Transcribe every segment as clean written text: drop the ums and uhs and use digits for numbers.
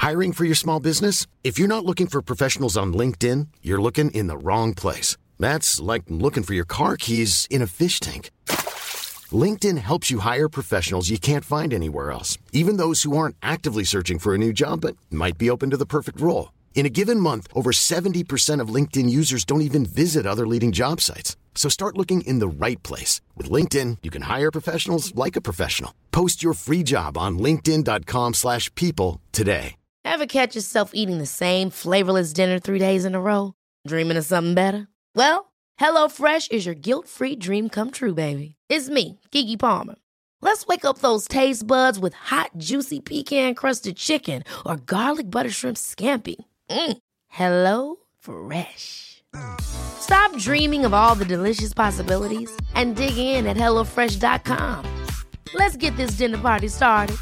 Hiring for your small business? If you're not looking for professionals on LinkedIn, you're looking in the wrong place. That's like looking for your car keys in a fish tank. LinkedIn helps you hire professionals you can't find anywhere else, even those who aren't actively searching for a new job but might be open to the perfect role. In a given month, over 70% of LinkedIn users don't even visit other leading job sites. So start looking in the right place. With LinkedIn, you can hire professionals like a professional. Post your free job on linkedin.com/people today. Ever catch yourself eating the same flavorless dinner 3 days in a row? Dreaming of something better? Well, HelloFresh is your guilt-free dream come true, baby. It's me, Keke Palmer. Let's wake up those taste buds with hot, juicy pecan-crusted chicken or garlic butter shrimp scampi. Hello Fresh. Stop dreaming of all the delicious possibilities and dig in at HelloFresh.com. Let's get this dinner party started.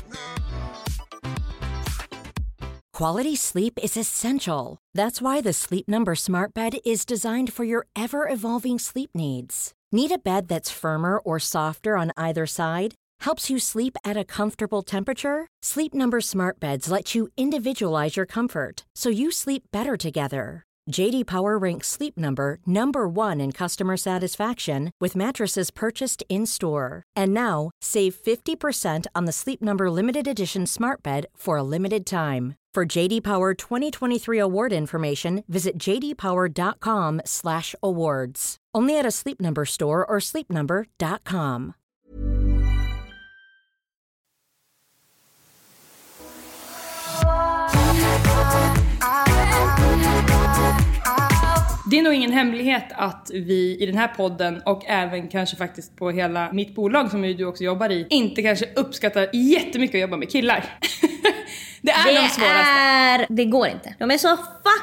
Quality sleep is essential. That's why the Sleep Number Smart Bed is designed for your ever-evolving sleep needs. Need a bed that's firmer or softer on either side? Helps you sleep at a comfortable temperature? Sleep Number Smart Beds let you individualize your comfort, so you sleep better together. J.D. Power ranks Sleep Number #1 in customer satisfaction with mattresses purchased in-store. And now, save 50% on the Sleep Number Limited Edition Smart Bed for a limited time. For J.D. Power 2023 award information, visit jdpower.com/awards. Only at a Sleep Number store or sleepnumber.com. Det är nog ingen hemlighet att vi i den här podden och även kanske faktiskt på hela mitt bolag som ju du också jobbar i inte kanske uppskattar jättemycket att jobba med killar. Det är de svåraste. Det går inte. De är så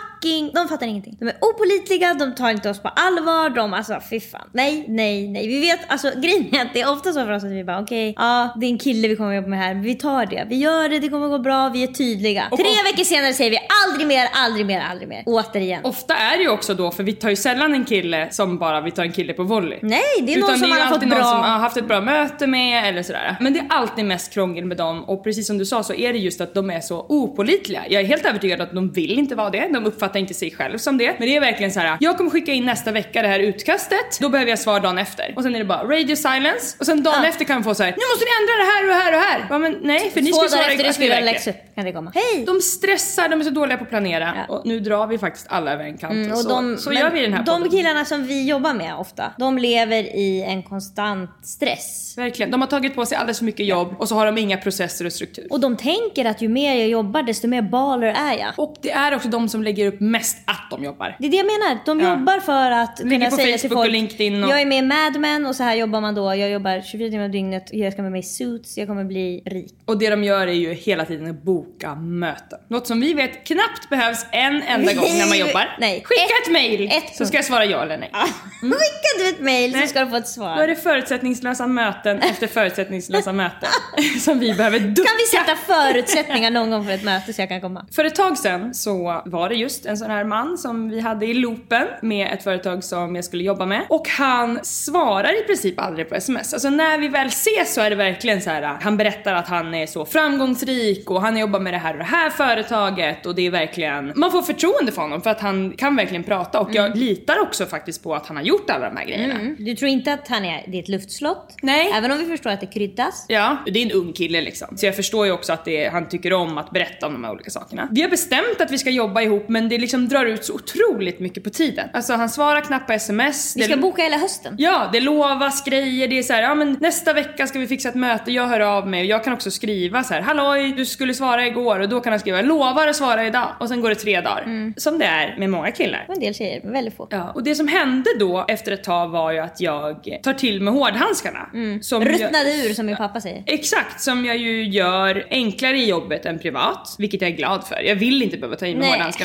de fattar ingenting. De är opålitliga, de tar inte oss på allvar. De, alltså, fy fan. Nej. Vi vet, alltså grejen är att det är ofta så för oss att vi bara, okej, det är en kille vi kommer jobba med här. Vi tar det, vi gör det, det kommer gå bra, vi är tydliga. 3 veckor senare säger vi aldrig mer. Återigen. Ofta är det ju också då, för vi tar ju sällan en kille som bara, vi tar en kille på volley. Nej, det är någon som har fått bra, någon som har haft ett bra möte med eller sådär. Men det är alltid mest krångel med dem. Och precis som du sa så är det just att de är så opålitliga. Jag är helt övertygad att de vill inte vara det. De uppfattar inte sig själv som det. Men det är verkligen så här: jag kommer skicka in nästa vecka det här utkastet. Då behöver jag svar dagen efter. Och sen är det bara radio silence. Och sen dagen efter kan man få så här: nu måste ni ändra det här och här och här. Ja, men nej, för ni ska svara efter det skulle läxa upp. Kan det komma? Hej. De stressar, de är så dåliga på att planera. Ja. Och nu drar vi faktiskt alla över en kant. Och så gör vi den här podden. De killarna som vi jobbar med ofta, de lever i en konstant stress. Verkligen. De har tagit på sig alldeles för mycket jobb. Och så har de inga processer och struktur. Och de tänker att ju mer jag jobbar, desto mer baller är jag. Och det är också de som lägger upp mest att de jobbar. Det är det jag menar. De jobbar för att kunna säga till folk, och LinkedIn och... jag är med i Mad Men och så här jobbar man då. Jag jobbar 24 timmar om dygnet. Jag ska vara med i Suits. Jag kommer bli rik. Och det de gör är ju hela tiden att boka möten. Något som vi vet knappt behövs en enda gång när man jobbar. Nej. Skicka ett mejl så ska jag svara ja eller nej. Skicka du ett mejl så ska du få ett svar. Då är det förutsättningslösa möten efter förutsättningslösa möten som vi behöver ducka. Kan vi sätta förutsättningar någon gång för ett möte så jag kan komma? För ett tag sedan så var det just en sån här man som vi hade i loopen med ett företag som jag skulle jobba med. Och han svarar i princip aldrig på sms. Alltså när vi väl ses så är det verkligen så här: han berättar att han är så framgångsrik och han jobbar med det här och det här företaget. Och det är verkligen, man får förtroende för honom för att han kan verkligen prata. Och jag litar också faktiskt på att han har gjort alla de här grejerna. Du tror inte att det är ett luftslott? Nej. Även om vi förstår att det kryddas? Ja, det är en ung kille liksom. Så jag förstår ju också att han tycker om att berätta om de här olika sakerna. Vi har bestämt att vi ska jobba ihop, men det liksom drar ut så otroligt mycket på tiden. Alltså han svarar knappt på sms. Vi ska boka hela hösten. Ja, det lovas grejer. Det är så här, ja men nästa vecka ska vi fixa ett möte. Jag hör av mig och jag kan också skriva så här: halloj, du skulle svara igår. Och då kan han skriva: lovar att svara idag. Och sen går det 3 dagar. Som det är med många killar. Och en del tjejer, men väldigt få. Ja, och det som hände då efter ett tag var ju att jag tar till med hårdhandskarna. Ruttnade ur, som min pappa säger. Exakt, som jag ju gör enklare i jobbet än privat. Vilket jag är glad för. Jag vill inte behöva ta in med hårdhandskarna. Alltså,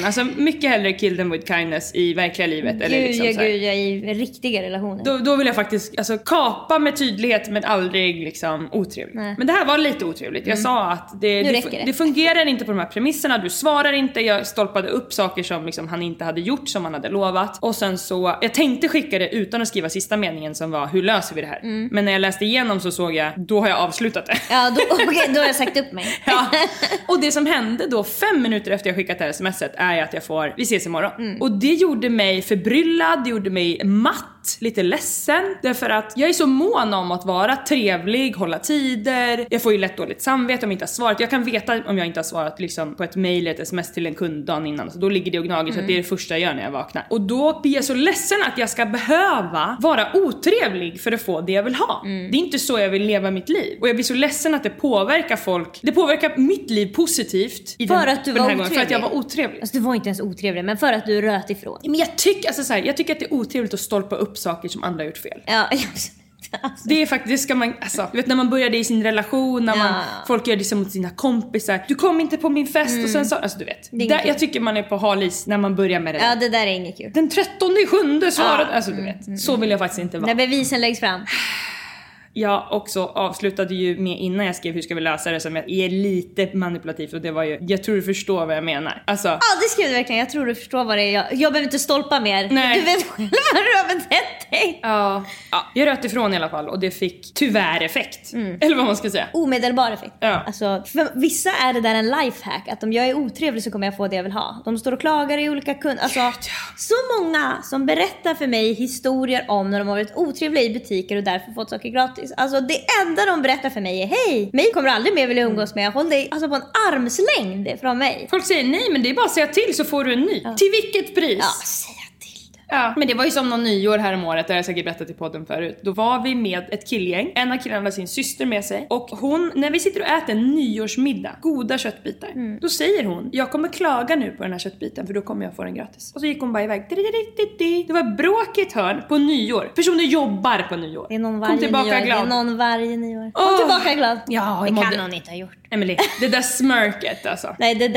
mycket hellre kill them with kindness i verkliga livet. Eller liksom i riktiga relationer. Då vill jag faktiskt alltså, kapa med tydlighet men aldrig liksom otrevligt. Nej. Men det här var lite otrevligt. Jag sa att det fungerar inte på de här premisserna. Du svarar inte. Jag stolpade upp saker som liksom, han inte hade gjort, som han hade lovat. Och sen så, jag tänkte skicka det utan att skriva sista meningen som var, hur löser vi det här? Men när jag läste igenom så såg jag, då har jag avslutat det. Ja, då har jag sagt upp mig. Ja. Och det som hände då 5 minuter efter jag skickat det här smset är att jag får, vi ses imorgon. Och det gjorde mig förbryllad, det gjorde mig matt, lite ledsen. Därför att jag är så mån om att vara trevlig, hålla tider. Jag får ju lätt dåligt samvete om jag inte har svarat. Jag kan veta om jag inte har svarat liksom, på ett mejl, ett sms till en kund dagen innan. Så då ligger det och gnager, så att det är det första jag gör när jag vaknar. Och då blir jag så ledsen att jag ska behöva vara otrevlig för att få det jag vill ha. Det är inte så jag vill leva mitt liv. Och jag blir så ledsen att det påverkar folk. Det påverkar mitt liv positivt i för att du var otrevlig. För att jag var otrevlig. Alltså du var inte ens otrevlig, men för att du röt ifrån. Men jag tycker att det är otrevligt att stolpa upp saker som andra har gjort fel. Ja, alltså. Det är faktiskt, det ska man, alltså, du vet när man började i sin relation, när folk gör det som mot sina kompisar. Du kom inte på min fest och sen så, alltså du vet. Jag tycker man är på halis när man börjar med det. Ja, det där är inget kul. Den 13/7 svarade, alltså du vet. Så vill jag faktiskt inte vara. När bevisen läggs fram. Jag också avslutade ju med innan jag skrev hur ska vi lösa det, som är lite manipulativt, och det var ju, jag tror du förstår vad jag menar. Alltså, ja, det skrev du verkligen. Jag tror du förstår vad det är. Jag behöver inte stolpa mer. Nej. Du vet själv vad du har betett dig. Ja, jag röt ifrån i alla fall, och det fick tyvärr effekt. Eller vad man ska säga. Omedelbar effekt. Ja. Alltså, för vissa är det där en lifehack, att om jag är otrevlig så kommer jag få det jag vill ha. De står och klagar i olika kunder. Alltså, så många som berättar för mig historier om när de har varit otrevliga i butiker och därför fått saker gratis. Alltså det enda de berättar för mig är, hej, mig kommer aldrig mer vilja umgås med. Håll dig alltså på en armslängd från mig. Folk säger nej, men det är bara att säga till så får du en ny. Till vilket pris? Ja, säga till. Ja, men det var ju som någon nyår här om året, där jag säkert berättat i podden förut. Då var vi med ett killgäng. En av killarna hade sin syster med sig. Och hon, när vi sitter och äter en nyårsmiddag, goda köttbitar, då säger hon, jag kommer klaga nu på den här köttbiten för då kommer jag få den gratis. Och så gick hon bara iväg. Det var bråkigt hörn på nyår. Personer jobbar på nyår. Det är någon varje kom tillbaka nyår. glad. Det är någon varje nyår. Kom tillbaka glad. Ja, det kan hon inte ha gjort. Emily, det där smörket alltså. Nej, det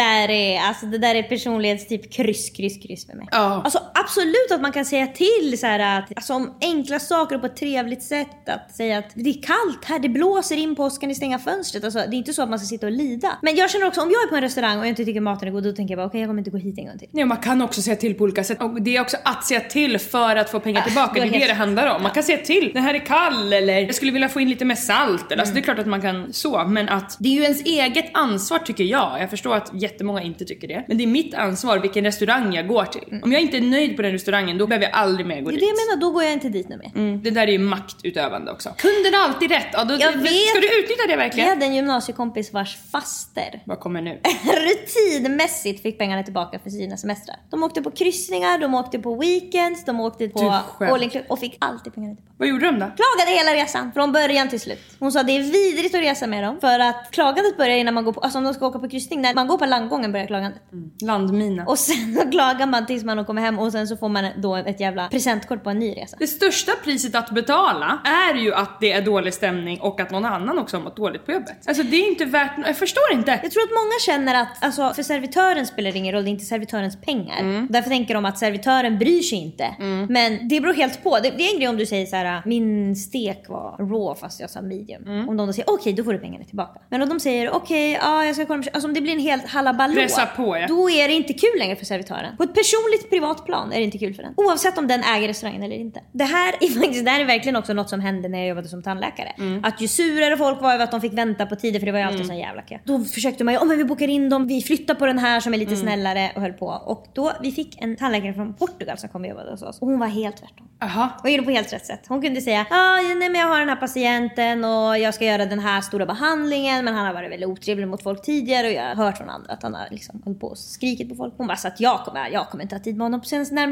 där är personlighetstyp kryss för mig. Ja. Alltså absolut att man kan säga till så här att, alltså, om enkla saker på ett trevligt sätt, att säga att det är kallt här, det blåser in på oss, kan ni stänga fönstret? Alltså, det är inte så att man ska sitta och lida. Men jag känner också, om jag är på en restaurang och jag inte tycker maten är god, då tänker jag bara, okej, jag kommer inte gå hit en gång till. Nej, man kan också säga till på olika sätt. Och det är också att säga till för att få pengar tillbaka. Det är det handlar om. Man kan säga till, den här är kall, eller jag skulle vilja få in lite mer salt. Alltså, det är klart att man kan så, men att det är ju ens eget ansvar, tycker jag. Jag förstår att jättemånga inte tycker det, men det är mitt ansvar vilken restaurang jag går till. Om jag inte är nöjd på den restaurangen, då behöver jag aldrig mer gå dit. Det jag menar, då går jag inte dit nu mer. Det där är ju maktutövande också. Kunden har alltid rätt. Ja, jag vet. Ska du utnyttja det verkligen? Jag hade en gymnasiekompis vars faster vad kommer nu? rutinmässigt fick pengarna tillbaka för sina semestrar. De åkte på kryssningar, de åkte på weekends, de åkte på all inclusive och fick alltid pengarna tillbaka. Vad gjorde de då? Klagade hela resan, från början till slut. Hon sa det är vidrigt att resa med dem, för att klagandet börjar innan man går på, alltså om de ska åka på kryssning, när man går på landgången börjar klagandet. Landmina. Och sen så klagar man tills man kommer hem, och sen så får man då ett jävla presentkort på en ny resa. Det största priset att betala är ju att det är dålig stämning och att någon annan också har mått dåligt på jobbet. Alltså det är inte värt, jag förstår inte. Jag tror att många känner att, alltså, för servitören spelar det ingen roll, det är inte servitörens pengar. Därför tänker de att servitören bryr sig inte. Men det beror helt på. Det är en grej om du säger så här: min stek var raw fast jag sa medium. Om de då säger okej, då får du pengarna tillbaka. Men om de säger okej, jag ska kolla, alltså om det blir en helt halabaloo, pressa på, ja. Då är det inte kul längre för servitören. På ett personligt privat plan är det inte kul för den, oavsett om den äger restaurangen eller inte. Det här är verkligen också något som hände när jag jobbade som tandläkare. Att ju surare folk var över att de fick vänta på tider, för det var ju alltid sån jävla kö. Då försökte man ju, men vi bokar in dem, vi flyttar på den här som är lite snällare, och höll på. Och då, vi fick en tandläkare från Portugal som kom och jobbade hos oss, och hon var helt tvärtom. Hon gjorde på helt rätt sätt. Hon kunde säga, nej men jag har den här patienten och jag ska göra den här stora behandlingen, men han har varit väldigt otrevlig mot folk tidigare, och jag har hört från andra att han har liksom hållit på och skrikit på folk. Hon bara, så att jag kommer inte ha tid med honom på närmaste 2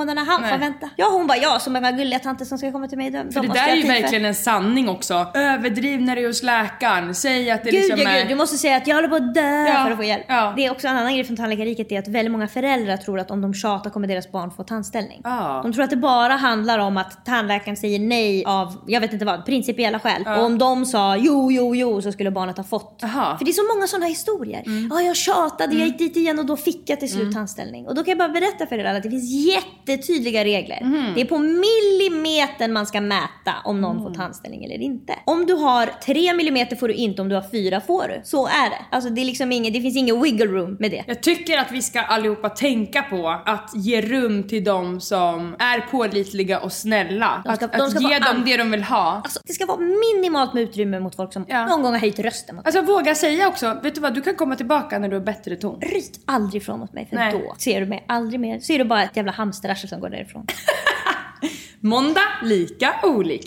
månaderna. Han får vänta. Ja, hon bara, ja, som en gulliga tanter som ska komma till mig. För det där är ju verkligen en sanning också. Överdriv när du är hos läkaren. Säg att det liksom är... Du måste säga att jag håller på att dö för att få hjälp. Det är också en annan grej från tandläkarriket, är att väldigt många föräldrar tror att om de tjatar kommer deras barn få tandställning. De tror att det bara handlar om att tandläkaren säger nej av, jag vet inte vad, principiella skäl. Och om de sa jo så skulle barnet ha fått. För det är så många sådana historier. Jag tjatade, jag gick dit igen och då fick jag till slut tandställning. Och då kan jag bara berätta för er alla att det finns jättetydliga regler. Det är på millimetern man ska mäta om någon får tandställning eller inte. Om du har 3 millimeter får du inte, om du har 4 får du. Så är det. Alltså det är liksom det finns ingen wiggle room med det. Jag tycker att vi ska allihopa tänka på att ge rum till dem som är pålitliga och snälla. Att ge dem det de vill ha. Alltså, det ska vara minimalt med utrymme mot folk som någon gång har höjt rösten. Alltså våga säga också, vet du vad, du kan komma tillbaka när du har bättre ton. Ryt aldrig ifrån mot mig, för då ser du mig aldrig mer. Så är det bara ett jävla hamsterarsel som går därifrån. Måndag, lika olika.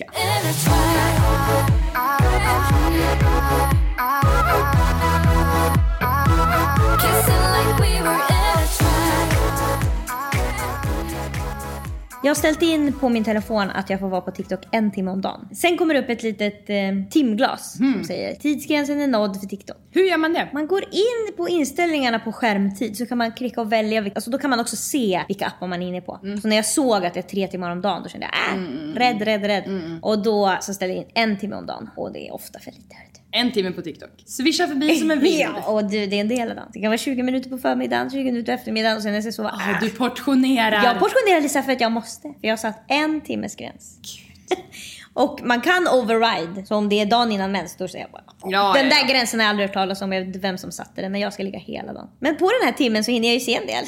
Jag har ställt in på min telefon att jag får vara på TikTok 1 timme om dagen. Sen kommer det upp ett litet timglas som säger tidsgränsen är nådd för TikTok. Hur gör man det? Man går in på inställningarna på skärmtid, så kan man klicka och välja. Alltså då kan man också se vilka appar man är inne på. Så när jag såg att det är 3 timmar om dagen, då kände jag rädd. Och då så ställer jag in 1 timme om dagen. Och det är ofta för lite. 1 timme på TikTok. Swisha förbi som en vind. Ja, och det är en del av dagen. Det kan vara 20 minuter på förmiddagen, 20 minuter på eftermiddagen och sen är det så. Du portionerar. Jag portionerar lite för att jag måste. För jag har satt 1 timmes gräns. Och man kan override. Så om det är dagen innan mens, då säger jag bara den där gränsen har jag aldrig hört talas om. Jag vet vem som satte den, men jag ska ligga hela dagen. Men på den här timmen så hinner jag ju se en del.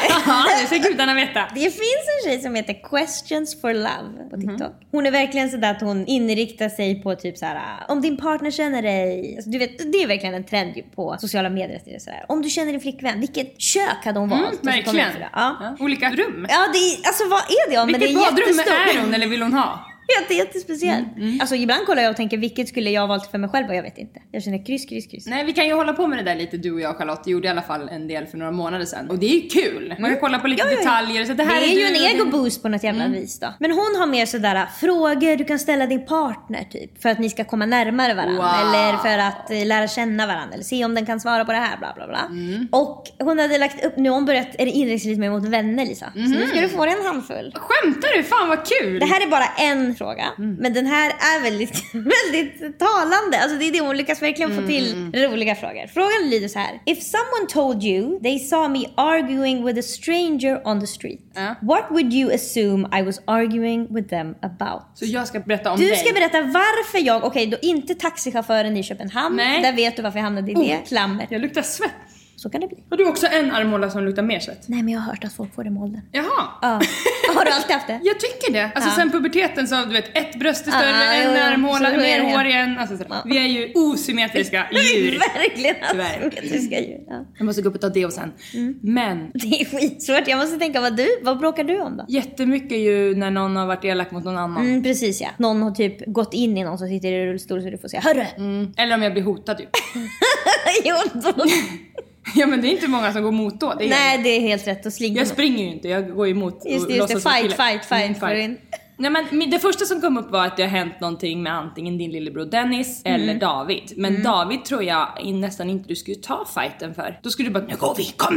Det ska gudarna veta. Det finns en tjej som heter Questions for Love på TikTok. Hon är verkligen så där att hon inriktar sig på typ så här: om din partner känner dig, alltså, du vet, det är verkligen en trend på sociala medier. Så där. Om du känner din flickvän, vilket kök hade hon valt? Verkligen. Olika rum. Ja, alltså vad är det om? Vilket badrum är hon eller vill hon ha? Ja, det är jättespeciellt. Alltså ibland kollar jag och tänker, vilket skulle jag ha valt för mig själv? Och jag vet inte. Jag känner kryss. Nej, vi kan ju hålla på med det där lite, du och jag, Charlotte. Det gjorde i alla fall en del för några månader sedan. Och det är ju kul. Man kan kolla på lite detaljer. Så det här är ju en ego-boost på något jävla vis då. Men hon har mer sådär frågor du kan ställa din partner typ. För att ni ska komma närmare varandra. Wow. Eller för att lära känna varandra. Eller se om den kan svara på det här, bla bla bla. Och hon hade lagt upp, nu har hon börjat, är det inriktat lite mer mot vänner, Lisa. Så nu ska du få en handfull. Skämtar du? Fan vad kul. Det här är bara en fråga. Men den här är väldigt, väldigt talande. Alltså det är det, hon lyckas verkligen få till roliga frågor. Frågan lyder så här: if someone told you they saw me arguing with a stranger on the street, what would you assume I was arguing with them about? Så jag ska berätta om dig. Du ska berätta varför jag, okej, då inte taxichauffören i Köpenhamn. Nej. Där vet du varför jag hamnade i det. Klammer. Jag luktar svett. Så kan det bli. Har du också en armhåla som luktar mer svett? Nej, men jag har hört att folk får det med åldern. Jaha. Ja. Har du alltid haft det? Jag tycker det. Alltså sen puberteten så, du vet, ett bröst är större, en armhåla, mer hår igen. Alltså, vi är ju osymmetriska djur. Verkligen asymmetriska djur. Ja. Jag måste gå upp och ta det och sen. Men det är skitsvårt. Jag måste tänka, vad bråkar du om då? Jättemycket ju när någon har varit elak mot någon annan. Precis, ja. Någon har typ gått in i någon som sitter i rullstol så du får säga hörru. Eller om jag blir hotad typ. Jo, då. Ja, men det är inte många som går emot då. Nej, det är helt rätt. Jag springer ju inte, jag går emot. Just det. Fight. Nej, men det första som kom upp var att det har hänt någonting med antingen din lillebror Dennis eller David. Men David tror jag nästan inte du skulle ta fighten för. Då skulle du bara, nu går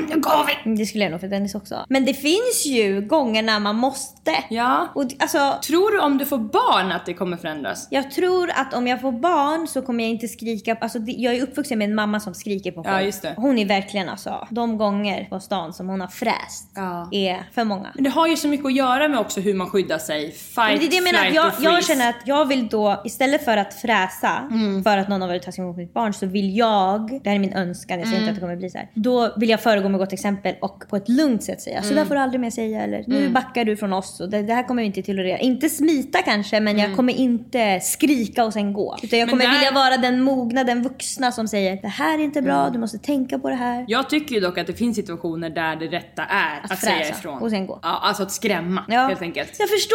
vi. Det skulle jag nog för Dennis också. Men det finns ju gånger när man måste. Ja. Och, alltså, tror du om du får barn att det kommer förändras? Jag tror att om jag får barn så kommer jag inte skrika. Alltså, jag är uppvuxen med en mamma som skriker på folk. Ja, just det. Hon är verkligen alltså, de gånger på stan som hon har fräst är för många. Men det har ju så mycket att göra med också hur man skyddar sig. Fight, det är det jag menar, jag känner att jag vill då, istället för att fräsa för att någon har varit taskig mot mitt barn, så vill jag, det här är min önskan, jag säger inte att det kommer bli så här, då vill jag föregå med gott exempel och på ett lugnt sätt säga, så där får du aldrig mer säga, eller nu backar du från oss och det här kommer jag inte tolerera. Inte smita kanske, men jag kommer inte skrika och sen gå, utan jag kommer vilja vara den mogna, den vuxna som säger, det här är inte bra, du måste tänka på det här. Jag tycker ju dock att det finns situationer där det rätta är att säga ifrån och sen gå. Ja, alltså att skrämma helt enkelt. Jag förstår, men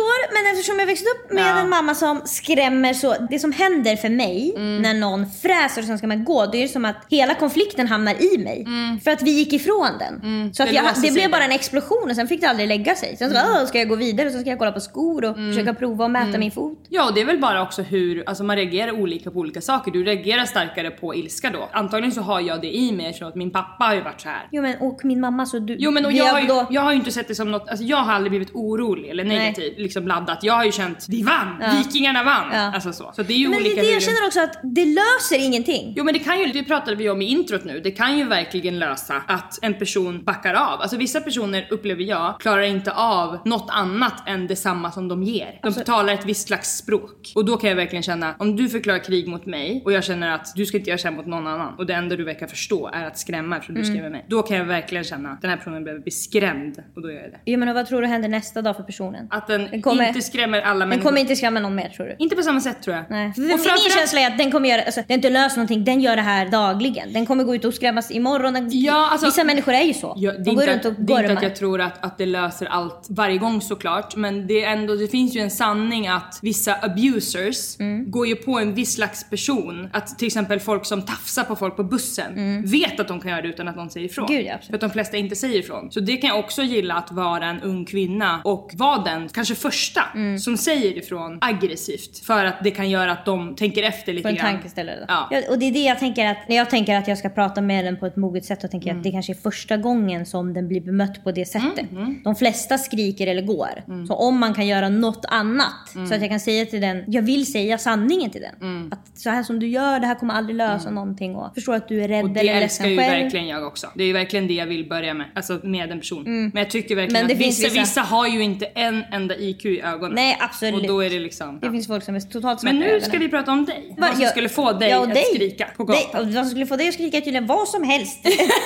eftersom jag växte upp med en mamma som skrämmer så, det som händer för mig när någon fräser och sen ska man gå, det är som att hela konflikten hamnar i mig. För att vi gick ifrån den. Så att det blev bara en explosion och sen fick det aldrig lägga sig. Sen så ska jag gå vidare och så ska jag kolla på skor och försöka prova och mäta min fot. Ja, det är väl bara också hur, alltså man reagerar olika på olika saker. Du reagerar starkare på ilska då. Antagligen så har jag det i mig, så att min pappa har ju varit så här. Jo men och min mamma så du. Jo men och jag har ju inte sett det som något, alltså jag har aldrig blivit orolig eller negativ liksom laddat. Jag har ju känt, vi vann, vikingarna vann. Alltså så det är ju men olika. Men jag känner också att det löser ingenting. Jo men det kan ju, det pratade vi om i introt nu. Det kan ju verkligen lösa att en person backar av. Alltså vissa personer upplever jag klarar inte av något annat än detsamma som de ger. De talar ett visst slags språk. Och då kan jag verkligen känna, om du förklarar krig mot mig och jag känner att du ska inte göra så här mot någon annan och det enda du verkar förstå är att skrämma eftersom du skrämmer mig. Då kan jag verkligen känna att den här personen behöver bli skrämd och då gör jag det. Jo men vad tror du händer nästa dag för personen? Att den kommer, inte skrämmer alla människor. Den kommer inte skrämma någon mer tror du? Inte på samma sätt tror jag. Nej. Min känsla är att den kommer göra, alltså, den inte löser någonting, den gör det här dagligen. Den kommer gå ut och skrämmas imorgon. Vissa människor är ju så. Ja, det är går inte, runt och det är inte att gormar. jag tror att det löser allt varje gång såklart. Men det är ändå, det finns ju en sanning att vissa abusers går ju på en viss slags person. Att till exempel folk som tafsar på folk på bussen vet att de kan göra det utan att någon säger ifrån. Gud, ja, för att de flesta inte säger ifrån. Så det kan jag också gilla, att vara en ung kvinna och vara den kanske första som säger ifrån aggressivt. För att det kan göra att de tänker efter lite på en grann. tankeställare. Ja, och det är det jag tänker att när jag tänker att jag ska prata med den på ett moget sätt, och tänker att det kanske är första gången som den blir bemött på det sättet. De flesta skriker eller går. Så om man kan göra något annat så att jag kan säga till den, jag vill säga sanningen till den. Att så här som du gör, det här kommer aldrig lösa någonting, och förstår att du är rädd eller ledsen själv. Och det älskar ju verkligen jag också. Det är ju verkligen det jag vill börja med. Alltså med en person. Men jag tycker verkligen att vissa har ju inte en enda IQ i ögonen. Nej, absolut. Och då är det liksom... Det finns folk som är totalt smarta. Men nu ska vi prata om dig. Vad som skulle få dig att skrika på gatan. Vad som skulle få dig att skrika är tydligen vad som helst.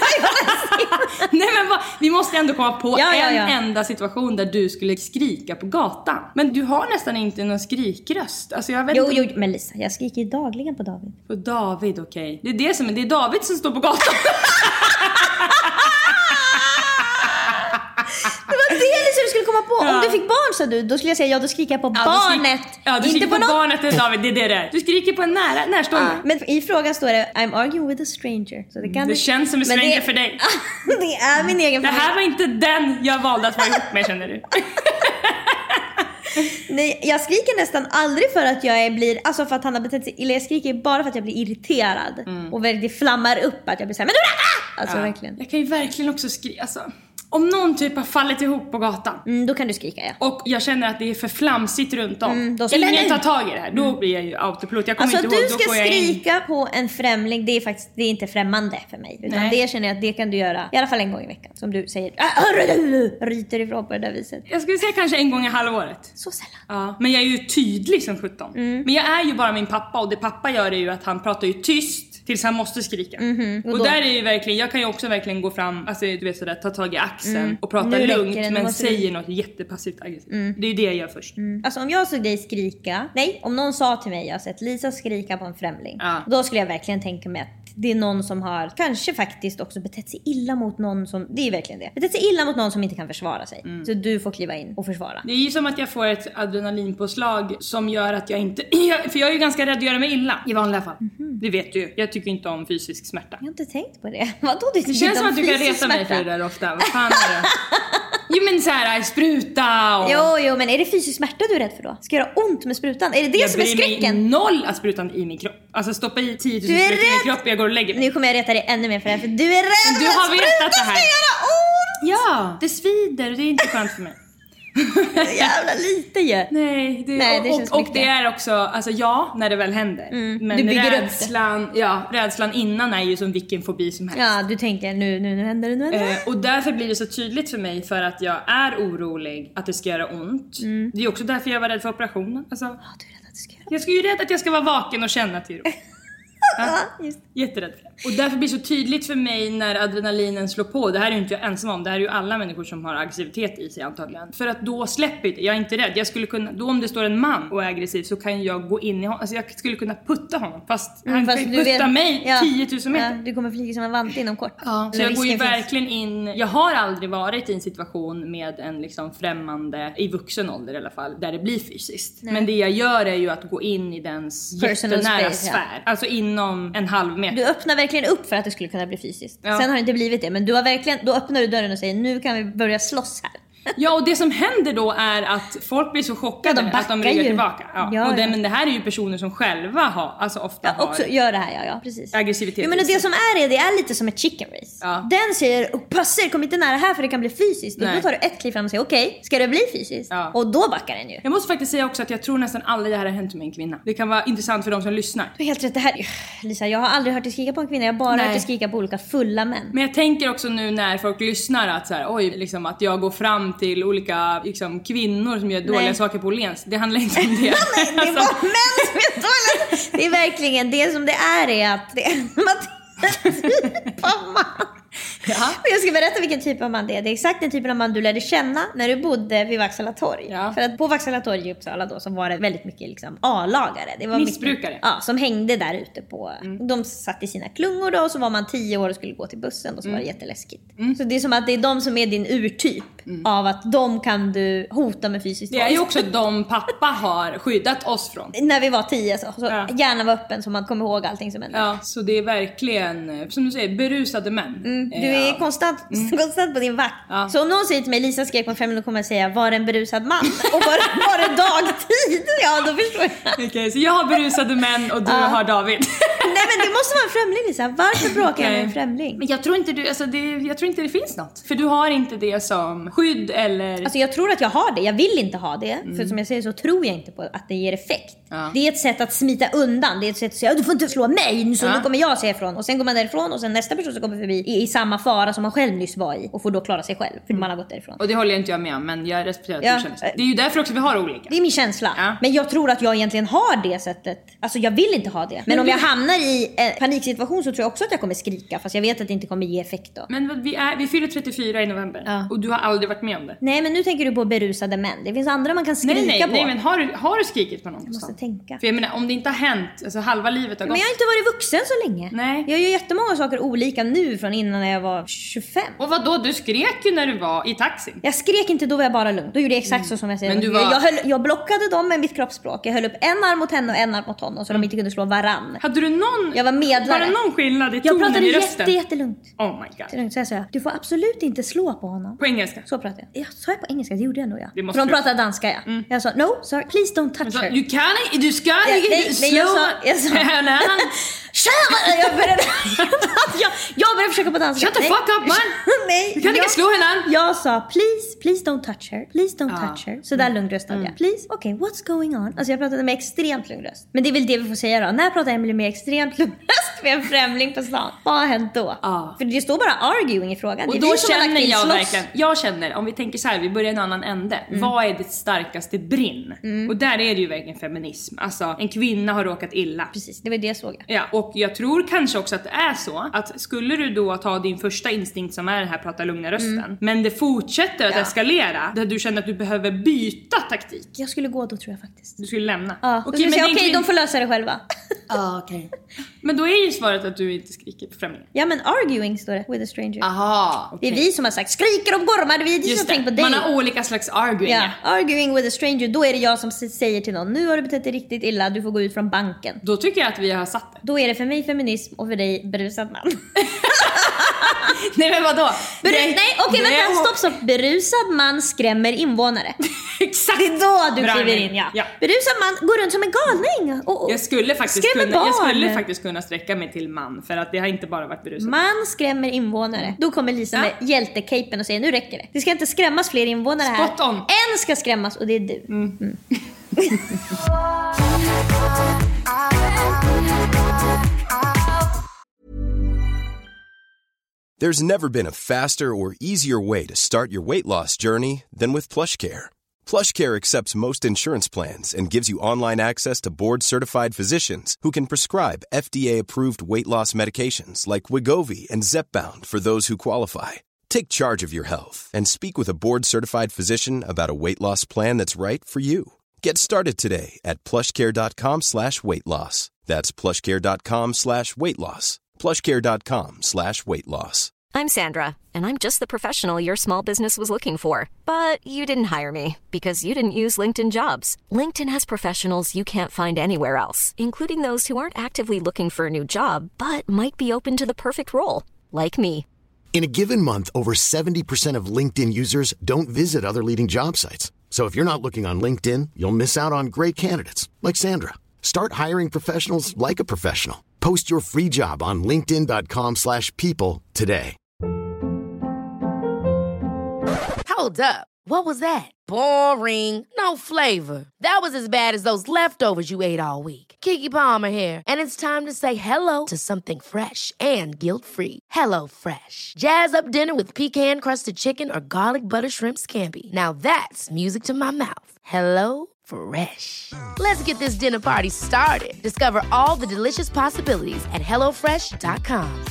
Nej men vi måste ändå komma på en enda situation där du skulle skrika på gatan. Men du har nästan inte någon skrikröst. Alltså jag vet inte. Jo, men Lisa, jag skriker dagligen på David. På David, okej. Det är David som står på gatan. Det var det Lisa du skulle komma på. Om du fick barn så då skulle jag säga då skriker jag på barnet. Du skriker på barnet eller David, det är det. Du skriker på en närstående. Men i frågan står det I'm arguing with a stranger. Så det känns som en stranger för dig. Det är min egen fråga. Det här var inte den jag valde att vara ihop med, känner du. Nej, jag skriker nästan aldrig för att jag blir, alltså för att han har betett sig illa. Jag skriker bara för att jag blir irriterad. Och det flammar upp att jag blir såhär, men du alltså verkligen. Jag kan ju verkligen också skrika, alltså om någon typ har fallit ihop på gatan. Då kan du skrika, ja. Och jag känner att det är för flamsigt runt om. Ingen tar tag i det här. Då blir jag ju autopilot. Jag kommer alltså inte ihåg, du ska skrika på en främling. Det är inte främmande för mig. Utan det känner jag att det kan du göra i alla fall en gång i veckan. Som du säger, ryter ifrån på det där viset. Jag skulle säga kanske en gång i halvåret. Så sällan. Ja, men jag är ju tydlig som 17. Men jag är ju bara min pappa. Och det pappa gör är ju att han pratar ju tyst tills han måste skrika. Och där är ju verkligen, jag kan ju också verkligen gå fram, alltså du vet sådär, ta tag i axeln och prata lugnt, men säger något jättepassivt aggressivt. Det är ju det jag gör först. Alltså om jag såg dig skrika, om någon sa till mig, jag har sett Lisa skrika på en främling, då skulle jag verkligen tänka mig att det är någon som har kanske faktiskt också betett sig illa mot någon som, det är verkligen det, betett sig illa mot någon som inte kan försvara sig. Så du får kliva in och försvara. Det är ju som att jag får ett adrenalinpåslag som gör att jag inte, för jag är ju ganska rädd att göra mig illa i vanliga fall. Det vet du, jag tycker inte om fysisk smärta. Jag har inte tänkt på det. Vadå, det känns som att du kan reta mig för det där ofta. Vad fan är det? Jo men såhär, spruta och... Jo, men är det fysisk smärta du är rädd för då? Ska det göra ont med sprutan? Är det det som är skräcken? Jag noll att sprutan i min kropp. Alltså stoppa i 10 000 sprutor i min kropp, jag går och lägger mig. Nu kommer jag reta dig ännu mer för det här, för du är rädd du har vetat det här. Ska göra ont! Ja, det svider och det är inte skönt för mig. Jävla lite ju. Nej, det känns och det är också, alltså när det väl händer. Men rädslan innan är ju som vilken fobi som helst. Ja, du tänker nu händer det. Och därför blir det så tydligt för mig, för att jag är orolig att det ska göra ont. Det är också därför jag var rädd för operationen. Alltså, du är rädd att det ska göra ont. Jag ska ju rädd att jag ska vara vaken och känna till ro. Jätterädd för det. Och därför blir det så tydligt för mig när adrenalinen slår på. Det här är ju inte jag ensam om. Det här är ju alla människor som har aggressivitet i sig antagligen. För att då släpper det. Jag är inte rädd. Jag skulle kunna, då om det står en man och är aggressiv så kan jag gå in i honom. Alltså jag skulle kunna putta honom. Fast han kan putta mig 10 000 meter. Ja, du kommer flyga som en vante inom kort. Ja, så jag går ju verkligen in. Jag har aldrig varit i en situation med en liksom främmande, i vuxen ålder i alla fall, där det blir fysiskt. Nej. Men det jag gör är ju att gå in i dens jättenära sfär. Ja. Alltså inom en halv meter. Du öppnar verkligen upp för att det skulle kunna bli fysiskt. Ja. Sen har det inte blivit det, men du har verkligen, då öppnar du dörren och säger nu kan vi börja slåss här. Ja, och det som händer då är att folk blir så chockade att de ryggar tillbaka. Ja. Och men det här är ju personer som själva har, alltså ofta har också gör det här, ja precis. Aggressivitet. Ja, men det som är det är lite som ett chicken race. Ja. Den säger, passa er, kom inte nära här för det kan bli fysiskt. Och då tar du ett kliv fram och säger, okej, ska det bli fysiskt? Ja. Och då backar den ju. Jag måste faktiskt säga också att jag tror nästan aldrig det här har hänt med en kvinna. Det kan vara intressant för de som lyssnar. Du är helt rätt, det här, Lisa, jag har aldrig hört dig skrika på en kvinna. Jag har bara hört dig skrika på olika fulla män. Men jag tänker också nu när folk lyssnar att så här, oj, liksom att jag går fram till olika liksom, kvinnor som gör dåliga saker på Åhléns. Det handlar inte om det. Nej, det är bara män som gör dåliga. Det är verkligen det som det är att det är som att typ av man. Ja. Och jag ska berätta vilken typ av man det är. Det är exakt den typen av man du lärde känna när du bodde vid Vaksala torg. Ja. För att på Vaksala torg i Uppsala då så var det väldigt mycket liksom A-lagare. Det var missbrukare. Mycket, ja, som hängde där ute på. De satt i sina klungor då och så var man 10 år och skulle gå till bussen och så var det jätteläskigt. Så det är som att det är de som är din urtyp av att de kan du hota med fysiskt våld. Det är ju också de pappa har skyddat oss från. När vi var 10 så hjärnan var öppen så man kommer ihåg allting som hände. Ja, så det är verkligen, som du säger, berusade män. Du är konstant på din vakt. Ja. Så om någon säger till mig, Lisa skrek på 5 då kommer jag säga, var en berusad man? Och var det dagtid? Ja, då förstår jag. Okej, så jag har berusade män och du har David. Nej, men det måste vara en främling, Lisa. Varför bråkar jag med en främling? Men jag tror inte det finns något. För du har inte det som skydd eller... Alltså jag tror att jag har det. Jag vill inte ha det. För som jag säger så tror jag inte på att det ger effekt. Ja. Det är ett sätt att smita undan. Det är ett sätt att säga, du får inte slå mig. Så nu kommer jag säga ifrån. Och sen går man därifrån och sen nästa person som kommer förbi i samma fara som man själv nyss var i. Och får då klara sig själv. För man har gått därifrån. Och det håller jag inte med om. Men jag respekterar att du känner så. Det är ju därför också vi har olika. Det är min känsla. Ja. Men jag tror att jag egentligen har det sättet. Alltså jag vill inte ha det. Men om jag hamnar i paniksituation så tror jag också att jag kommer skrika. Fast jag vet att det inte kommer ge effekt då. Men vi fyller 34 i november. Ja. Och du har aldrig varit med om det. Nej, men nu tänker du på berusade män. Det finns andra man kan skrika på. Nej, men har du skrikit på någon? Jag måste tänka. För jag menar, om det inte har hänt, alltså halva livet har gått. Men jag har inte varit vuxen så länge. Nej. Jag gör jättemånga saker olika nu från innan jag var 25. Och vad då? Du skrek ju när du var i taxin. Jag skrek inte, då var jag bara lugn. Då gjorde jag exakt så som jag säger. Men jag blockade dem med mitt kroppsspråk. Jag höll upp en arm mot henne och en arm mot honom så de inte kunde slå varann. Hade du någon... Jag var medlare. Var det någon skillnad i tonen i rösten? Jag pratade jättelugnt. Oh my god. Så lugnt, så jag sa, du får absolut inte slå på honom. På engelska? Så pratade jag. Jag sa på engelska, det gjorde jag nog, ja. För de pratade danska, ja. Jag sa, no, sorry, please don't touch her. Du ska jag sa jag började försöka på danska. Shut the fuck up, man. Nej. Du kan inte slå henne. Jag sa please don't touch her. Please don't touch her. Så där lugn röstade jag. Please, okay, what's going on? Alltså jag pratade med extremt lugn röst. Men det är väl det vi får säga då. När pratar Emily med extremt lugn röst med en främling på stan? Vad har hänt då? För det står bara arguing i frågan. Och då känner jag verkligen, jag känner, om vi tänker så här, vi börjar en annan ände. Vad är ditt starkaste brinn? Och där är det ju verkligen feminism. Alltså en kvinna har råkat illa. Precis, det var det jag såg. Ja, och jag tror kanske också att det är så att skulle du då ta din första instinkt som är den här prata lugna rösten, men det fortsätter att eskalera, där du känner att du behöver byta taktik. Jag skulle gå då, tror jag faktiskt. Du skulle lämna. Ja, okej, de får lösa det själva. Okej. Men då är ju svaret att du inte skriker på främlingar. Ja, men arguing står det with a stranger. Aha, okay. Det är vi som har sagt skriker och gormar. Vi är som tänkt på dig. Man har olika slags arguing. Ja, arguing with a stranger. Då är det jag som säger till någon, nu har du betett dig riktigt illa, du får gå ut från banken. Då tycker jag att vi har satt det. Då är det för mig feminism och för dig berusad man. Nej, men vadå? Nej, okej, vänta, stopp. Berusad man skrämmer invånare. Exakt. Det är då du kliver in, ja. Berusad man går runt som en galning och jag skulle faktiskt kunna sträcka mig till man, för att det har inte bara varit berusad. Man skrämmer invånare. Då kommer Lisa med hjältecapen och säger, nu räcker det. Det ska inte skrämmas fler invånare här. Spot on. En ska skrämmas och det är du. There's never been a faster or easier way to start your weight loss journey than with PlushCare. PlushCare accepts most insurance plans and gives you online access to board-certified physicians who can prescribe FDA-approved weight loss medications like Wegovy and Zepbound for those who qualify. Take charge of your health and speak with a board-certified physician about a weight loss plan that's right for you. Get started today at plushcare.com/weightloss. That's plushcare.com/weightloss. plushcare.com/weightloss. I'm Sandra, and I'm just the professional your small business was looking for. But you didn't hire me because you didn't use LinkedIn Jobs. LinkedIn has professionals you can't find anywhere else, including those who aren't actively looking for a new job, but might be open to the perfect role, like me. In a given month, over 70% of LinkedIn users don't visit other leading job sites. So if you're not looking on LinkedIn, you'll miss out on great candidates like Sandra. Start hiring professionals like a professional. Post your free job on linkedin.com/people today. Hold up. What was that? Boring. No flavor. That was as bad as those leftovers you ate all week. Keke Palmer here, and it's time to say hello to something fresh and guilt-free. Hello Fresh. Jazz up dinner with pecan-crusted chicken or garlic butter shrimp scampi. Now that's music to my mouth. Hello Fresh. Let's get this dinner party started. Discover all the delicious possibilities at hellofresh.com.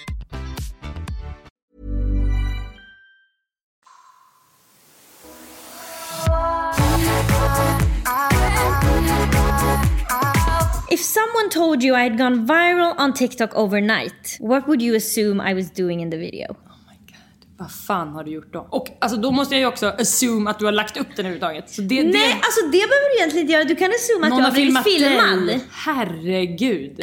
If someone told you I had gone viral on TikTok overnight, what would you assume I was doing in the video? Vad fan har du gjort då? Och alltså, då måste jag ju också assume att du har lagt upp den överhuvudtaget. Så Nej, alltså det behöver du egentligen inte göra. Du kan assume att jag har blivit filmad. Herregud.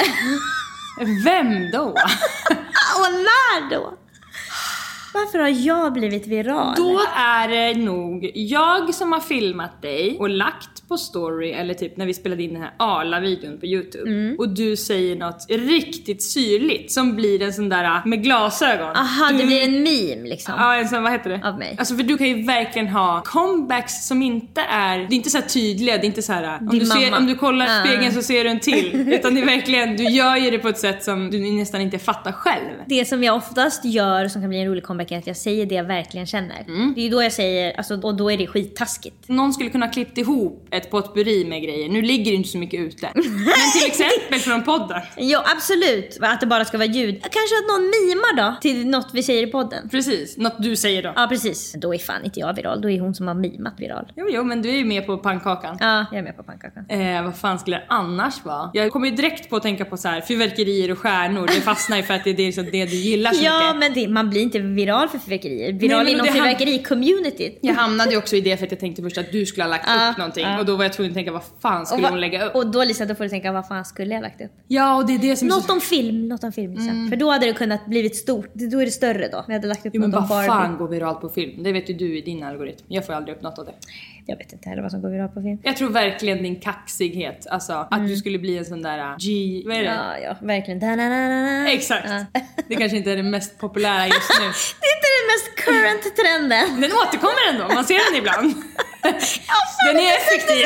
Vem då? Och när då? Varför har jag blivit viral? Då är det nog jag som har filmat dig och lagt på story, eller typ när vi spelade in den här Arla-videon på YouTube. Och du säger något riktigt syrligt som blir en sån där med glasögon. Aha, det blir en meme liksom. Ja, en sån, vad heter det? Av mig. Alltså för du kan ju verkligen ha comebacks som inte är, det är inte så här tydliga, det är inte så här om du kollar spegeln så ser du en till. Utan det är verkligen, du gör ju det på ett sätt som du nästan inte fattar själv. Det som jag oftast gör som kan bli en rolig comeback är att jag säger det jag verkligen känner. Det är ju då jag säger, alltså, och då är det skittaskigt. Någon skulle kunna klippt ihop ett potpurri med grejer. Nu ligger det inte så mycket ute. Men till exempel från podden. Ja, absolut. Att det bara ska vara ljud. Kanske att någon mimar då till något vi säger i podden. Precis, något du säger då. Ja, precis. Då är fan inte jag viral. Då är hon som har mimat viral. Jo, men du är ju med på pannkakan. Ja, jag är med på pannkakan. Vad fan skulle det annars vara? Jag kommer ju direkt på att tänka på så här fyrverkerier och stjärnor. Det fastnar ju för att det är det du gillar så ja, mycket. Men man blir inte viral för fyrverkerier. Viral inom fyrverkeri-communityt. Jag hamnade ju också i det för att jag tänkte först att du skulle ha lagt upp någonting. Och då var jag tvungen att tänka, vad fan skulle hon lägga upp? Och då Lisa, då får du tänka, vad fan skulle jag lagt upp? Ja, och det är det som något om film Lisa. För då hade det kunnat blivit stort. Då är det större då. Vi hade lagt upp något om Barbie. Men vad fan går viralt på film? Det vet ju du i din algoritm. Jag får aldrig upp något av det. Jag vet inte heller vad som går viralt på film. Jag tror verkligen din kaxighet. Alltså att du skulle bli en sån där vad är det? Ja, verkligen. Exakt. Det kanske inte är det mest populära just nu. Det är inte den mest current trenden. Den återkommer ändå, man ser den ibland. Den är effektiv.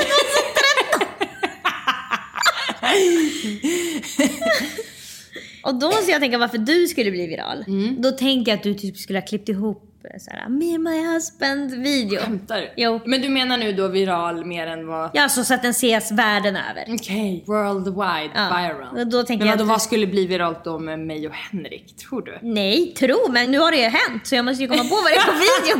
Och då måste jag tänka varför du skulle bli viral. Då tänker jag att du typ skulle ha klippt ihop såhär, me and my husband video. Skämtar du? Jo. Men du menar nu då viral mer än vad? Ja, så att den ses världen över. Okej, worldwide viral. Då tänker men vad skulle bli viralt då med mig och Henrik, tror du? Nej, men nu har det ju hänt. Så jag måste ju komma på vad det är på videon.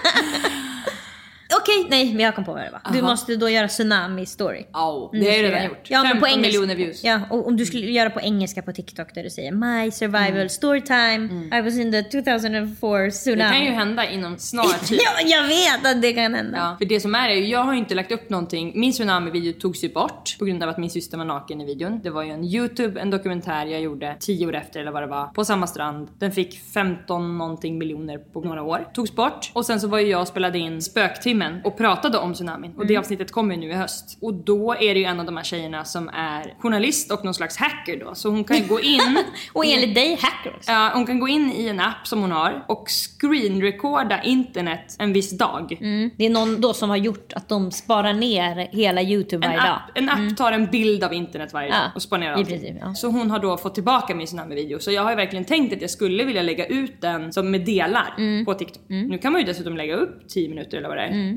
Okej, nej, men jag kom på vad det var. Du måste då göra tsunami-story. Ja, det har jag redan gjort. Ja, 15 miljoner views. Ja, och om du skulle göra på engelska på TikTok där du säger My survival storytime. I was in the 2004 tsunami. Det kan ju hända inom snar tid. Ja, jag vet att det kan hända. Ja, för det som är jag har ju inte lagt upp någonting. Min tsunami-video togs ju bort på grund av att min syster var naken i videon. Det var ju en dokumentär jag gjorde 10 år efter eller vad det var, på samma strand. Den fick 15 någonting miljoner på några år. Togs bort. Och sen så var ju jag och spelade in Spöktimmen och pratade om tsunamin. Och det avsnittet kommer ju nu i höst. Och då är det ju en av de här tjejerna som är journalist och någon slags hacker då. Så hon kan ju gå in och enligt dig hacker också. Ja, hon kan gå in i en app som hon har och screenrecorda internet en viss dag. Det är någon då som har gjort att de sparar ner hela YouTube varje dag. En app tar en bild av internet varje dag och sparar allt. Princip, ja. Så hon har då fått tillbaka min tsunami-video. Så jag har ju verkligen tänkt att jag skulle vilja lägga ut den som med delar på TikTok. Nu kan man ju dessutom lägga upp 10 minuter eller vad det är.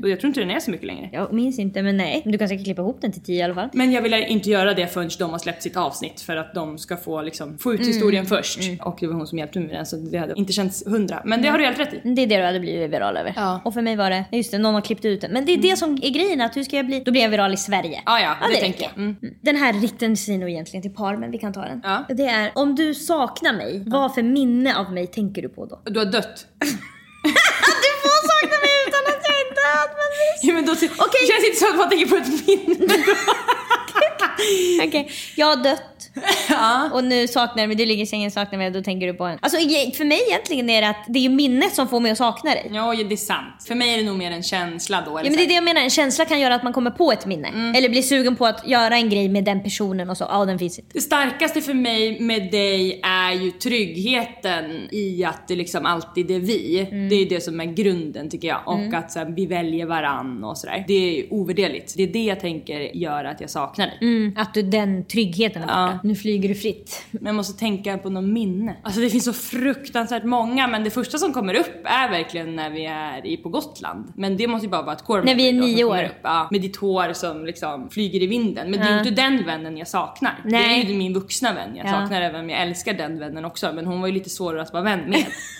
Och jag tror inte den är så mycket längre. Jag minns inte, men nej. Du kan säkert klippa ihop den till 10 i alla fall. Men jag vill inte göra det förrän de har släppt sitt avsnitt. För att de ska få ut historien först. Och det var hon som hjälpte mig med den. Så det hade inte känts 100. Men det har du helt rätt i. Det är det du hade blivit viral över. Ja. Och för mig var det, just det, någon har klippt ut den. Men det är det som är grejen, att hur ska jag bli? Då blir jag viral i Sverige. Ja, det tänker jag. Den här rikten sig nog egentligen till par, men vi kan ta den. Ja. Det är, om du saknar mig, vad för minne av mig tänker du på då? Du har dött. Du får sakna mig utan att jag är död, men Ja, men då det känns inte så att man tänker på ett minne. Okej, jag har dött. Ja. Och nu saknar mig, du ligger i sängen, saknar mig, då tänker du på en. Alltså för mig egentligen är det att det är ju minnet som får mig att sakna dig. Ja, det är sant. För mig är det nog mer en känsla då. Ja, men det är det jag menar, en känsla kan göra att man kommer på ett minne. Eller blir sugen på att göra en grej med den personen och så, den finns inte. Det starkaste för mig med dig är ju tryggheten i att det liksom alltid är vi. Det är det som är grunden, tycker jag. Och att så här, vi väljer varann och sådär. Det är ovärderligt. Det är det jag tänker göra att jag saknar dig. Att den tryggheten är borta. Nu flyger du fritt. Men jag måste tänka på någon minne. Alltså det finns så fruktansvärt många. Men det första som kommer upp är verkligen när vi är på Gotland. Men det måste ju bara vara ett korv. När vi är 9 år. Ja, med ditt hår som liksom flyger i vinden. Men det är ju inte den vännen jag saknar. Nej. Det är ju min vuxna vän jag saknar. Även om jag älskar den vännen också. Men hon var ju lite svårare att vara vän med.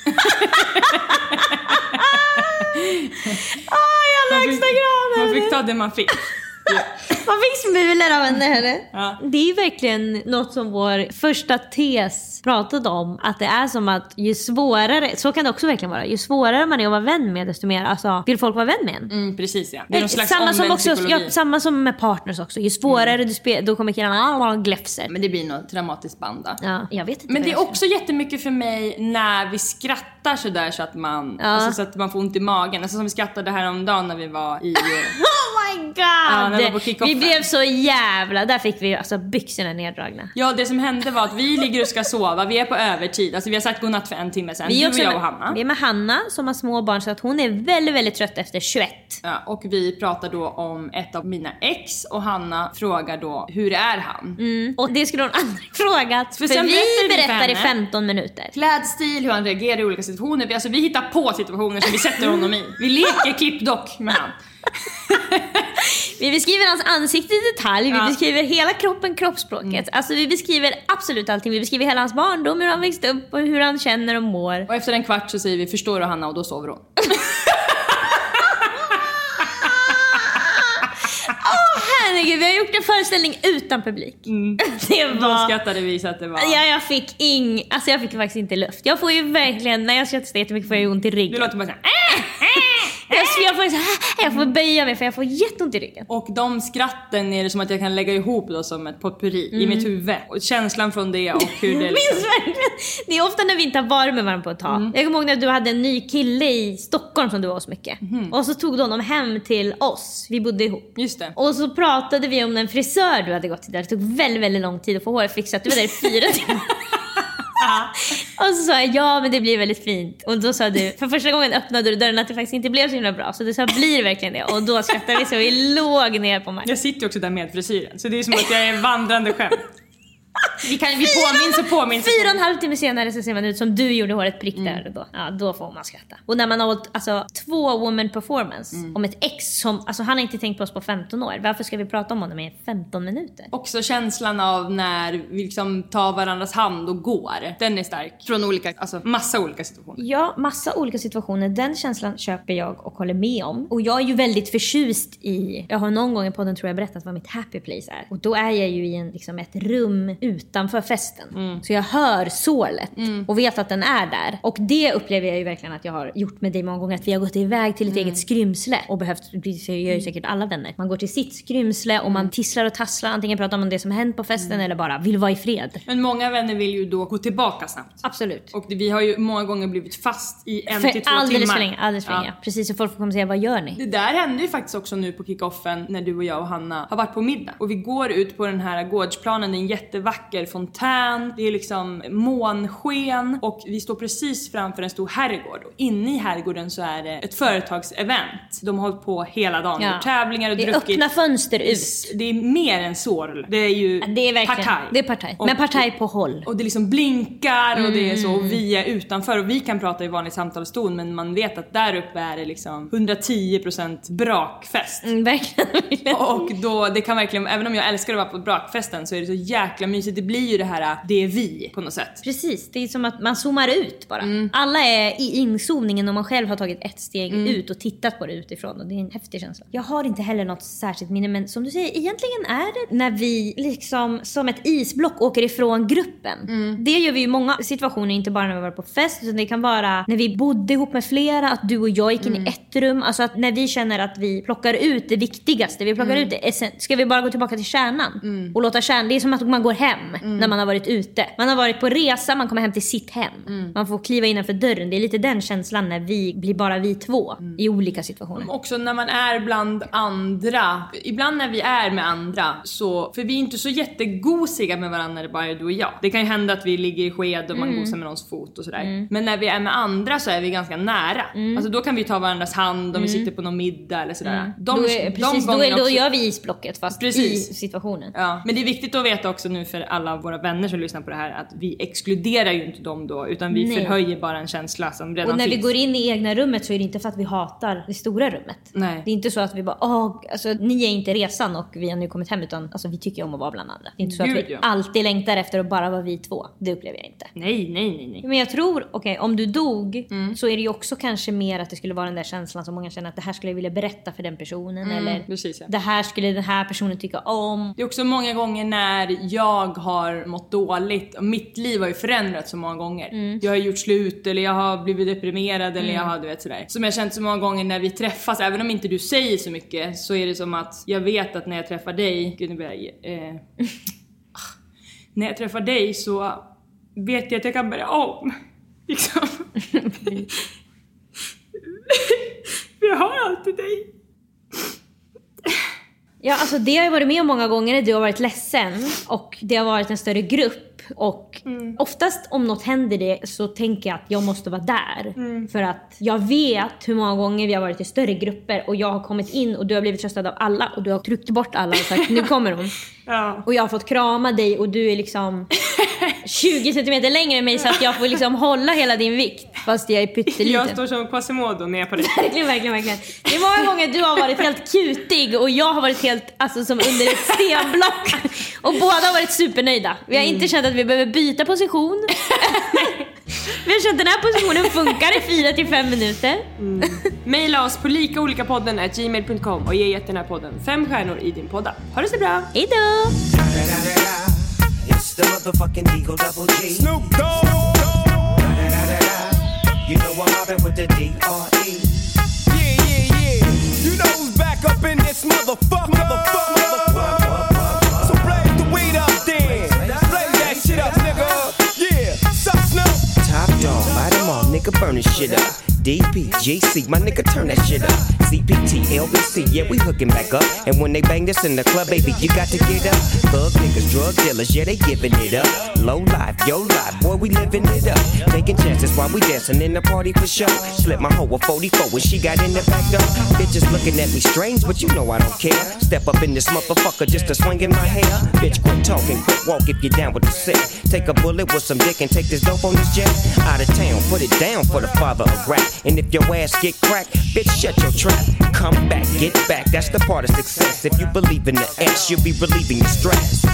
I allra högsta grad. Man fick ta det man fick. Man fick smular av henne, hörru. Ja. Det är ju verkligen något som vår första tes pratade om. Att det är som att ju svårare, så kan det också verkligen vara, ju svårare man är att vara vän med, desto mer vill folk vara vän med en. Precis, ja. Det är någon slags samma som också, psykologi. samma som med partners också. Ju svårare du spelar, då kommer killarna gläfser. Men det blir något traumatiskt band. Ja, jag vet inte. Men det är också jättemycket för mig när vi skrattar sådär så att man alltså, så att man får ont i magen. Alltså som vi skrattade här om dagen när vi var i Oh my god! när vi var på kick-offen. Vi blev så jävla, där fick vi alltså byxorna neddragna. Ja, det som hände var att vi ligger och ska sova. Vi är på övertid. Alltså vi har sagt godnatt för 1 timme sedan. Vi du också och jag och Hanna. Vi är med Hanna som har små barn, så att hon är väldigt, väldigt trött efter 21. Ja, och vi pratar då om ett av mina ex. Och Hanna frågar då, hur är han? Och det skulle hon aldrig frågat. För sen vi berättar berättar vi i för henne 15 minuter. Klädstil, hur han reagerar i olika situationer. Alltså vi hittar på situationer som vi sätter honom i. Vi leker klippdock med han. Vi beskriver hans ansikte i detalj. Vi beskriver hela kroppen, kroppsspråket. Alltså vi beskriver absolut allting. Vi beskriver hela hans barndom, hur han växte upp och hur han känner och mår. Och efter en kvart så säger vi, förstår du Hanna? Och då sover hon. Herregud, vi har gjort en föreställning utan publik. Det var... Då skrattade vi så att det var... Ja, jag fick faktiskt inte luft. Jag får ju verkligen, när jag skrattar så jättemycket får jag ont i ryggen. Du låter bara såhär... Jag får böja mig för jag får jätteont i ryggen. Och de skratten är det som att jag kan lägga ihop då som ett potpurri i mitt huvud. Och känslan från det och hur det liksom... Det är ofta när vi inte har varit med varandra på ett tag. Jag kommer ihåg när du hade en ny kille i Stockholm som du var hos mycket. Och så tog du honom hem till oss. Vi bodde ihop. Just det. Och så pratade vi om en frisör du hade gått till där. Det tog väldigt, väldigt lång tid att få håret fixat. Du var där i 4 timmar. Och så sa jag, ja men det blir väldigt fint. Och då sa du, för första gången öppnade du dörren att det faktiskt inte blev så himla bra. Så du sa, blir det verkligen det? Och då skrattade vi så vi låg ner på marken. Jag sitter ju också där med frisyren. Så det är som att jag är vandrande skämt. Vi påminns. 4,5 timmar senare så ser man ut som du gjorde håret prick där och då. Ja, då får man skratta. Och när man har hållit 2 woman performance om ett ex som, alltså han har inte tänkt på oss på 15 år. Varför ska vi prata om honom i 15 minuter? Också känslan av när vi liksom tar varandras hand och går. Den är stark. Från olika, massa olika situationer. Ja, massa olika situationer. Den känslan köper jag och håller med om. Och jag är ju väldigt förtjust i, jag har någon gång i podden tror jag berättat vad mitt happy place är. Och då är jag ju i ett rum utanför festen. Så jag hör sålet och vet att den är där. Och det upplever jag ju verkligen att jag har gjort med dig många gånger. Att vi har gått iväg till ett eget skrymsle och behövt, så gör ju säkert alla vänner. Man går till sitt skrymsle och man tisslar och tasslar. Antingen pratar man om det som hänt på festen eller bara vill vara i fred. Men många vänner vill ju då gå tillbaka snabbt. Absolut. Och vi har ju många gånger blivit fast i 1 till 2 timmar. Alldeles för länge. Precis, så folk kommer säga, vad gör ni? Det där hände ju faktiskt också nu på kick-offen när du och jag och Hanna har varit på middag. Och vi går ut på den här gårdsplanen, det är en jättevacker vacker fontän, det är liksom månsken och vi står precis framför en stor herrgård. Och inne i herrgården så är det ett företagsevent. De har hållit på hela dagen, tävlingar och druckit. Det är öppna fönster ut. Det är mer än så. Det är ju partaj. Det är partaj, men partaj på håll. Och det liksom blinkar och det är så, och vi är utanför och vi kan prata i vanlig samtalston, men man vet att där uppe är det liksom 110% brakfest. Verkligen. Och då, det kan verkligen, även om jag älskar att vara på brakfesten så är det så jäkla mysigt. Det blir ju det här, det är vi på något sätt. Precis, det är som att man zoomar ut bara. Alla är i inzoomningen och man själv har tagit ett steg ut och tittat på det utifrån, och det är en häftig känsla. Jag har inte heller något särskilt minne, men som du säger, egentligen är det när vi liksom som ett isblock åker ifrån gruppen. Det gör vi i många situationer, inte bara när vi var på fest, utan det kan vara när vi bodde ihop med flera, att du och jag gick in i ett rum, alltså att när vi känner att vi plockar ut det viktigaste, vi plockar ut det, ska vi bara gå tillbaka till kärnan och låta kärnan, det är som att man går hem när man har varit ute, man har varit på resa, man kommer hem till sitt hem, man får kliva innanför dörren, det är lite den känslan när vi blir bara vi två i olika situationer. Också när man är bland andra, ibland när vi är med andra så, för vi är inte så jättegosiga med varandra när det bara är du och jag. Det kan ju hända att vi ligger i sked och man gosar med någons fot och sådär. Men när vi är med andra så är vi ganska nära. Alltså då kan vi ta varandras hand om vi sitter på någon middag eller sådär. Då gör vi isblocket fast i situationen. Ja, men det är viktigt att veta också nu för alla våra vänner som lyssnar på det här att vi exkluderar ju inte dem då, utan vi förhöjer bara en känsla som redan finns. Och när vi går in i egna rummet så är det inte för att vi hatar det stora rummet. Nej. Det är inte så att vi bara, alltså ni är inte resan och vi har nu kommit hem, utan alltså vi tycker om att vara bland andra. Det är inte så att vi alltid längtar efter att bara vara vi två. Det upplever jag inte. Nej. Men jag tror, om du dog så är det ju också kanske mer att det skulle vara den där känslan som många känner att det här skulle jag vilja berätta för den personen, eller precis, det här skulle den här personen tycka om. Det är också många gånger när jag har mått dåligt och mitt liv har ju förändrats så många gånger. Jag har gjort slut eller jag har blivit deprimerad eller jag har sådär. Som jag känt så många gånger när vi träffas, även om inte du säger så mycket, så är det som att jag vet att när jag träffar dig, när jag träffar dig så vet jag att jag kan börja om. Liksom. Jag har alltid dig. Ja, alltså det har jag varit med om många gånger när du har varit ledsen och det har varit en större grupp. Och oftast om något händer det så tänker jag att jag måste vara där. För att jag vet hur många gånger vi har varit i större grupper och jag har kommit in och du har blivit tröstad av alla och du har tryckt bort alla och sagt nu kommer hon. Och jag har fått krama dig och du är liksom 20 centimeter längre än mig så att jag får liksom hålla hela din vikt fast jag är pytteliten. Jag står som Quasimodo ner på dig. Verkligen. Det är många gånger du har varit helt kutig och jag har varit helt som under ett stenblock och båda har varit supernöjda. Vi har inte känt att vi behöver byta position. Vi har känt att den här positionen funkar i 4-5 minuter. Maila oss på likaolikapodden@gmail.com och ge den här podden 5 stjärnor i din podda. Ha det så bra. Hej då! It's the motherfucking Eagle Double G. Snoop Dogg. You know I'm mobbing with the D.R.E. Yeah. You know who's back up in this motherfucker. So blaze the weed up then. Blaze that shit up, nigga. Yeah, suck Snoop. Top dog, light them all, nigga, burn this shit up. DPGC, my nigga, turn that shit up. CPT, LBC, yeah, we hooking back up. And when they bang this in the club, baby, you got to get up. Thug niggas, drug dealers, yeah, they giving it up. Low life, yo life, boy, we living it up. Taking chances while we dancing in the party for sure. Slip my hoe a 44 when she got in the back door. Bitches looking at me strange, but you know I don't care. Step up in this motherfucker just to swing in my hair. Bitch, quit talking, quit walk if you're down with the sick. Take a bullet with some dick and take this dope on this jet. Out of town, put it down for the father of rap. And if your ass get cracked, bitch, shut your trap. Come back, get back, that's the part of success. If you believe in the ass, you'll be relieving your stress.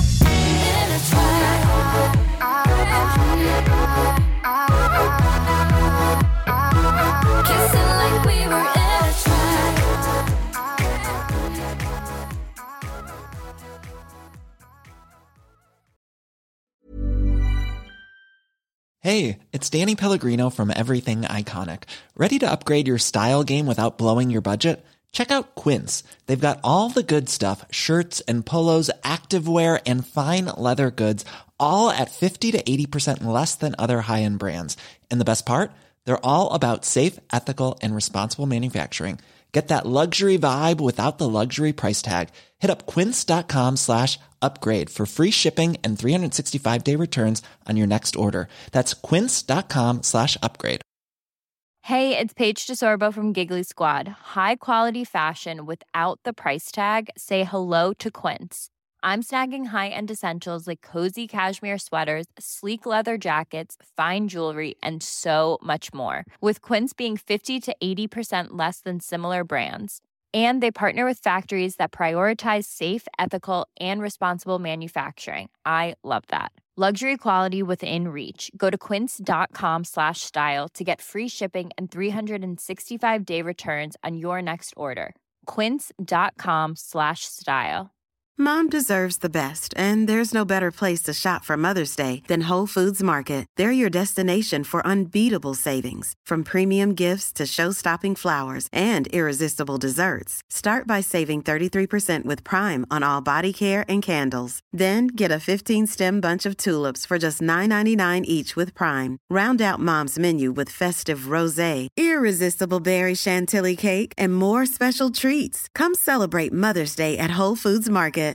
Hey, it's Danny Pellegrino from Everything Iconic. Ready to upgrade your style game without blowing your budget? Check out Quince. They've got all the good stuff, shirts and polos, activewear, and fine leather goods, all at 50 to 80% less than other high-end brands. And the best part? They're all about safe, ethical, and responsible manufacturing. Get that luxury vibe without the luxury price tag. Hit up quince.com/upgrade for free shipping and 365-day returns on your next order. That's quince.com/upgrade. Hey, it's Paige DeSorbo from Giggly Squad. High quality fashion without the price tag. Say hello to Quince. I'm snagging high-end essentials like cozy cashmere sweaters, sleek leather jackets, fine jewelry, and so much more. With Quince being 50 to 80% less than similar brands. And they partner with factories that prioritize safe, ethical, and responsible manufacturing. I love that. Luxury quality within reach. Go to quince.com/style to get free shipping and 365-day returns on your next order. Quince.com/style. Mom deserves the best, and there's no better place to shop for Mother's Day than Whole Foods Market. They're your destination for unbeatable savings, from premium gifts to show-stopping flowers and irresistible desserts. Start by saving 33% with Prime on all body care and candles. Then get a 15-stem bunch of tulips for just $9.99 each with Prime. Round out Mom's menu with festive rosé, irresistible berry chantilly cake, and more special treats. Come celebrate Mother's Day at Whole Foods Market.